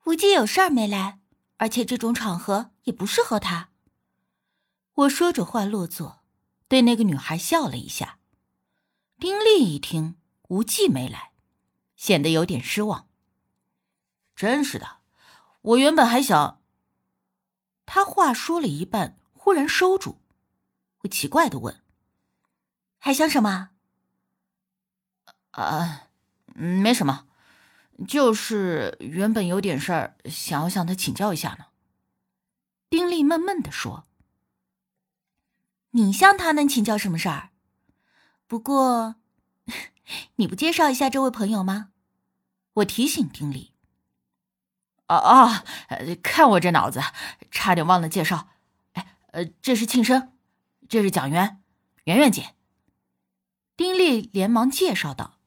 无忌有事儿没来，而且这种场合也不适合他。我说着话落座，对那个女孩笑了一下。丁力一听无忌没来，显得有点失望。 真是的，我原本还想…… 他话说了一半，忽然收住。我奇怪地问：还想什么？ 没什么，就是原本有点事儿，想要向他请教一下呢。 丁力闷闷地说：你向他能请教什么事儿？不过你不介绍一下这位朋友吗？我提醒丁力。 看我这脑子，差点忘了介绍。这是庆生，这是蒋媛，媛媛姐。 丁力连忙介绍道：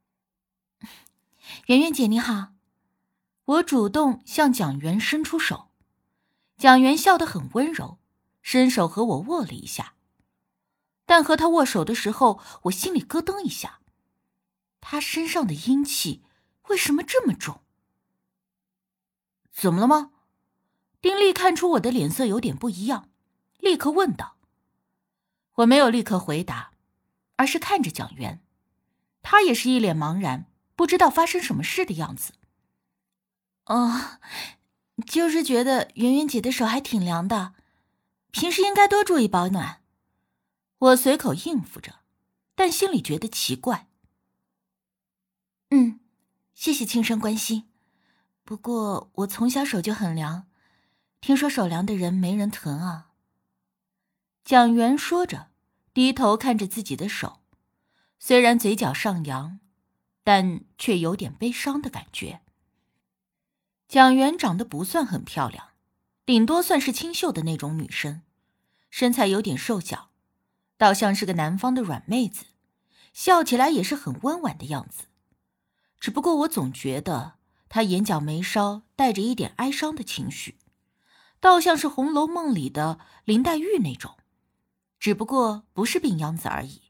媛媛姐你好。我主动向蒋媛伸出手，蒋媛笑得很温柔，伸手和我握了一下。但和他握手的时候，我心里咯噔一下，他身上的阴气为什么这么重？ 怎么了吗？ 丁力看出我的脸色有点不一样，立刻问道。我没有立刻回答，而是看着蒋媛，他也是一脸茫然，不知道发生什么事的样子。就是觉得媛媛姐的手还挺凉的，平时应该多注意保暖。我随口应付着，但心里觉得奇怪。谢谢轻声关心，不过我从小手就很凉，听说手凉的人没人疼啊。蒋媛说着，低头看着自己的手，虽然嘴角上扬，但却有点悲伤的感觉。蒋媛长得不算很漂亮，顶多算是清秀的那种女生，身材有点瘦小，倒像是个南方的软妹子，笑起来也是很温婉的样子。只不过我总觉得她眼角眉梢带着一点哀伤的情绪，倒像是《红楼梦》里的林黛玉那种，只不过不是病秧子而已。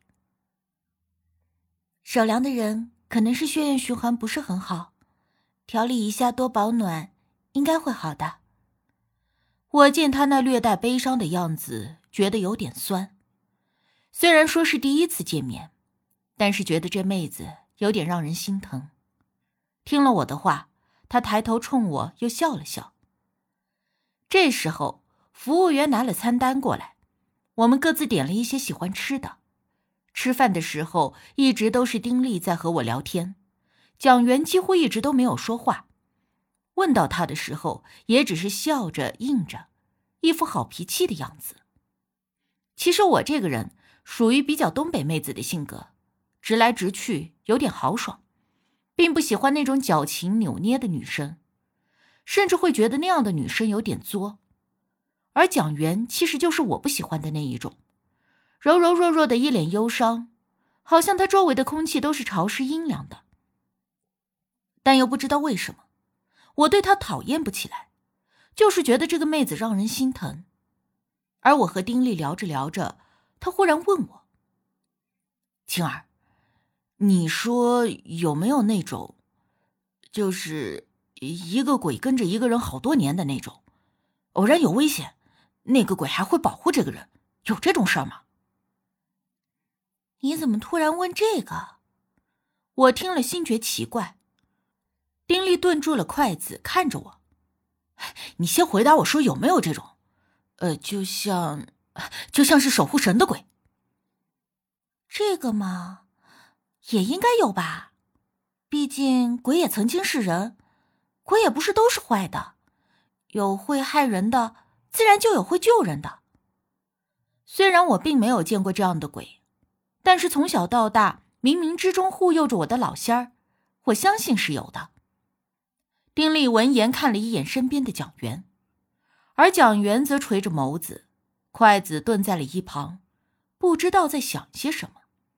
手凉的人可能是血液循环不是很好，调理一下多保暖应该会好的。我见她那略带悲伤的样子，觉得有点酸。虽然说是第一次见面，但是觉得这妹子有点让人心疼。听了我的话，她抬头冲我又笑了笑。这时候服务员拿了餐单过来，我们各自点了一些喜欢吃的。吃饭的时候一直都是丁力在和我聊天，蒋媛几乎一直都没有说话。问到他的时候也只是笑着应着，一副好脾气的样子。其实我这个人属于比较东北妹子的性格，直来直去，有点豪爽，并不喜欢那种矫情扭捏的女生，甚至会觉得那样的女生有点作。而蒋媛其实就是我不喜欢的那一种，柔柔弱弱的一脸忧伤，好像她周围的空气都是潮湿阴凉的。但又不知道为什么，我对她讨厌不起来，就是觉得这个妹子让人心疼。而我和丁力聊着聊着，她忽然问我：青儿，你说有没有那种，就是一个鬼跟着一个人好多年的那种，偶然有危险，那个鬼还会保护这个人，有这种事儿吗？你怎么突然问这个？我听了心觉奇怪。丁力顿住了筷子，看着我：你先回答我说有没有这种，就像是守护神的鬼。这个嘛，也应该有吧，毕竟鬼也曾经是人，鬼也不是都是坏的，有会害人的，自然就有会救人的。虽然我并没有见过这样的鬼，但是从小到大冥冥之中护佑着我的老仙儿，我相信是有的。丁力闻言看了一眼身边的蒋媛，而蒋媛则垂着眸子，筷子顿在了一旁，不知道在想些什么。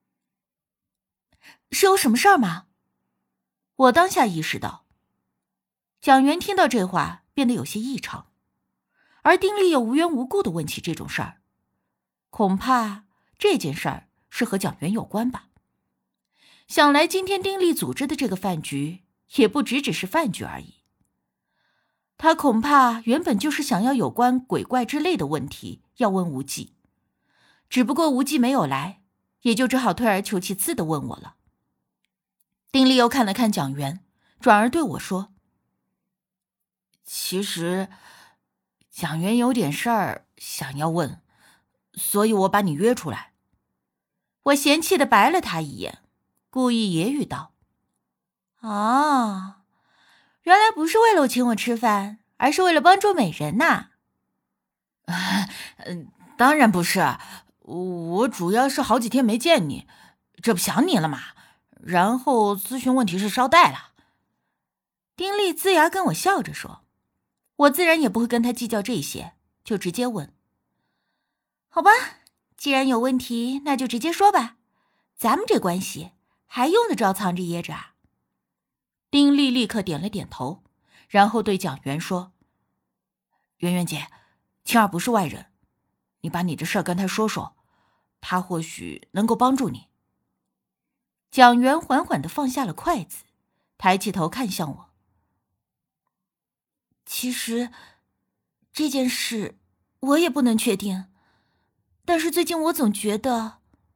是有什么事儿吗？我当下意识到，蒋媛听到这话变得有些异常，而丁力又无缘无故地问起这种事儿，恐怕这件事儿是和蒋媛有关吧。想来今天丁力组织的这个饭局也不只是饭局而已。 他恐怕原本就是想要有关鬼怪之类的问题要问无忌，只不过无忌没有来，也就只好退而求其次地问我了。丁力又看了看蒋元，转而对我说： 其实蒋元有点事儿想要问，所以我把你约出来。 我嫌弃地白了他一眼，故意揶揄道：哦，原来不是为了请我吃饭，而是为了帮助美人呐。 当然不是，我主要是好几天没见你，这不想你了嘛，然后咨询问题是捎带了。 丁力呲牙跟我笑着说，我自然也不会跟他计较这些，就直接问：好吧，既然有问题，那就直接说吧，咱们这关系还用得着藏着掖着啊？丁力立刻点了点头，然后对蒋元说： 圆圆姐，青儿不是外人，你把你的事儿跟他说说，他或许能够帮助你。 蒋元缓缓地放下了筷子，抬起头看向我。其实这件事我也不能确定，但是最近我总觉得……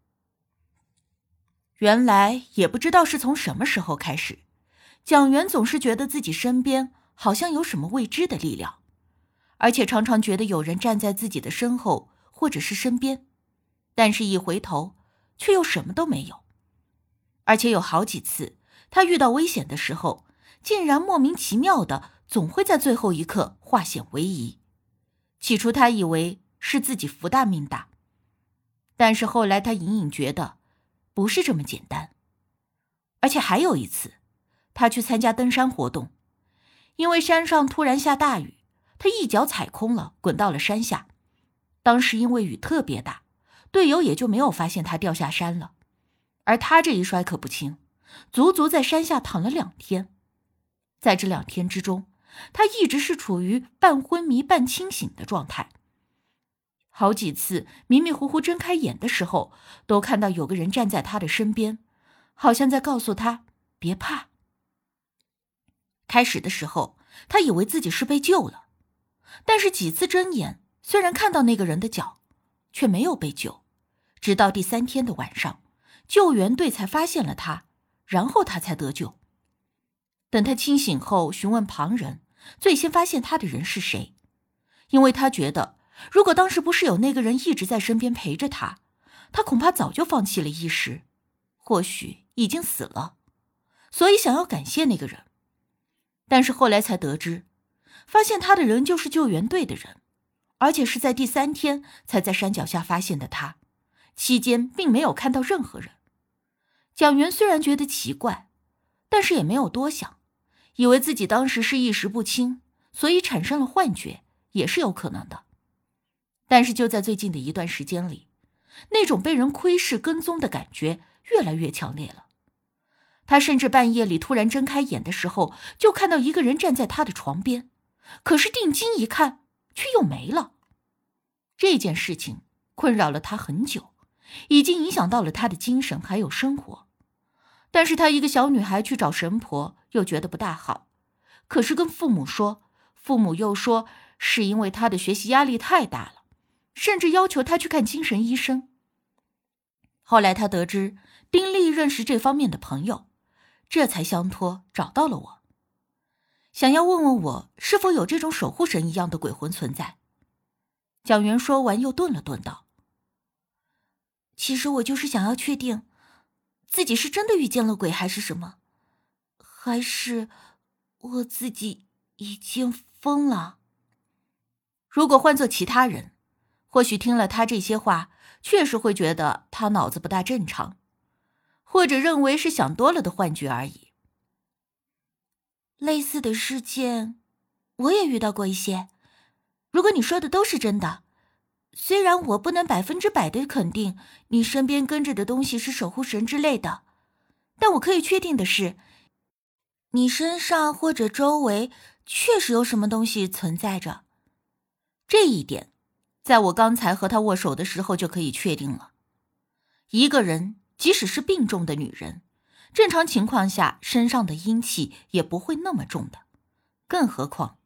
原来也不知道是从什么时候开始，蒋元总是觉得自己身边好像有什么未知的力量，而且常常觉得有人站在自己的身后或者是身边，但是一回头却又什么都没有。而且有好几次他遇到危险的时候，竟然莫名其妙的总会在最后一刻化险为夷。起初他以为是自己福大命大，但是后来他隐隐觉得不是这么简单。而且还有一次，他去参加登山活动，因为山上突然下大雨，他一脚踩空了，滚到了山下。当时因为雨特别大，队友也就没有发现他掉下山了。而他这一摔可不轻，足足在山下躺了2天。在这2天之中，他一直是处于半昏迷半清醒的状态。好几次迷迷糊糊睁开眼的时候，都看到有个人站在他的身边，好像在告诉他别怕。开始的时候，他以为自己是被救了，但是几次睁眼，虽然看到那个人的脚，却没有被救。直到第3天的晚上，救援队才发现了他，然后他才得救。等他清醒后询问旁人，最先发现他的人是谁，因为他觉得如果当时不是有那个人一直在身边陪着他，他恐怕早就放弃了意识，或许已经死了，所以想要感谢那个人。但是后来才得知，发现他的人就是救援队的人，而且是在第3天才在山脚下发现的他，期间并没有看到任何人。蒋元虽然觉得奇怪，但是也没有多想，以为自己当时是意识不清，所以产生了幻觉，也是有可能的。但是就在最近的一段时间里，那种被人窥视跟踪的感觉越来越强烈了。他甚至半夜里突然睁开眼的时候，就看到一个人站在他的床边，可是定睛一看，却又没了。这件事情困扰了他很久，已经影响到了他的精神还有生活。但是他一个小女孩去找神婆，又觉得不大好，可是跟父母说，父母又说是因为他的学习压力太大了，甚至要求他去看精神医生。后来他得知丁力认识这方面的朋友，这才相托找到了我，想要问问我是否有这种守护神一样的鬼魂存在。蒋元说完又顿了顿道：其实我就是想要确定自己是真的遇见了鬼还是什么，还是我自己已经疯了。如果换做其他人，或许听了他这些话，确实会觉得他脑子不大正常，或者认为是想多了的幻觉而已。类似的事件我也遇到过一些，如果你说的都是真的，虽然我不能100%的肯定你身边跟着的东西是守护神之类的，但我可以确定的是，你身上或者周围确实有什么东西存在着。这一点在我刚才和他握手的时候就可以确定了。一个人即使是病重的女人，正常情况下身上的阴气也不会那么重的，更何况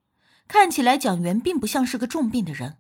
看起来蒋元并不像是个重病的人。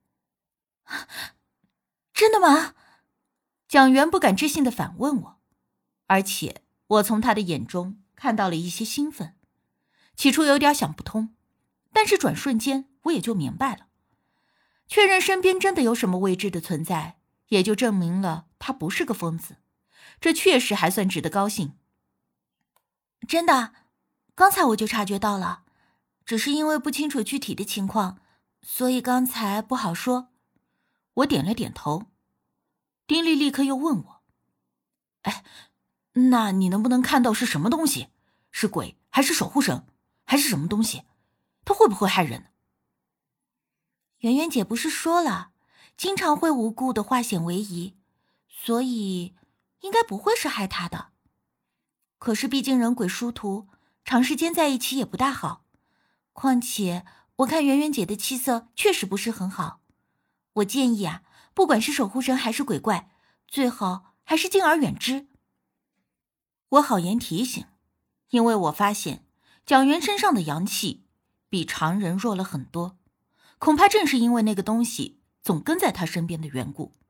真的吗？蒋元不敢置信地反问我，而且我从他的眼中看到了一些兴奋。起初有点想不通，但是转瞬间我也就明白了。确认身边真的有什么未知的存在，也就证明了他不是个疯子，这确实还算值得高兴。真的，刚才我就察觉到了，只是因为不清楚具体的情况，所以刚才不好说。我点了点头。丁力立刻又问我：哎，那你能不能看到是什么东西？是鬼还是守护神还是什么东西？它会不会害人？圆圆姐不是说了，经常会无故的化险为夷，所以应该不会是害她的。可是毕竟人鬼殊途，长时间在一起也不大好。况且我看圆圆姐的气色确实不是很好，我建议啊，不管是守护神还是鬼怪，最好还是敬而远之。我好言提醒，因为我发现蒋元身上的阳气比常人弱了很多，恐怕正是因为那个东西总跟在他身边的缘故。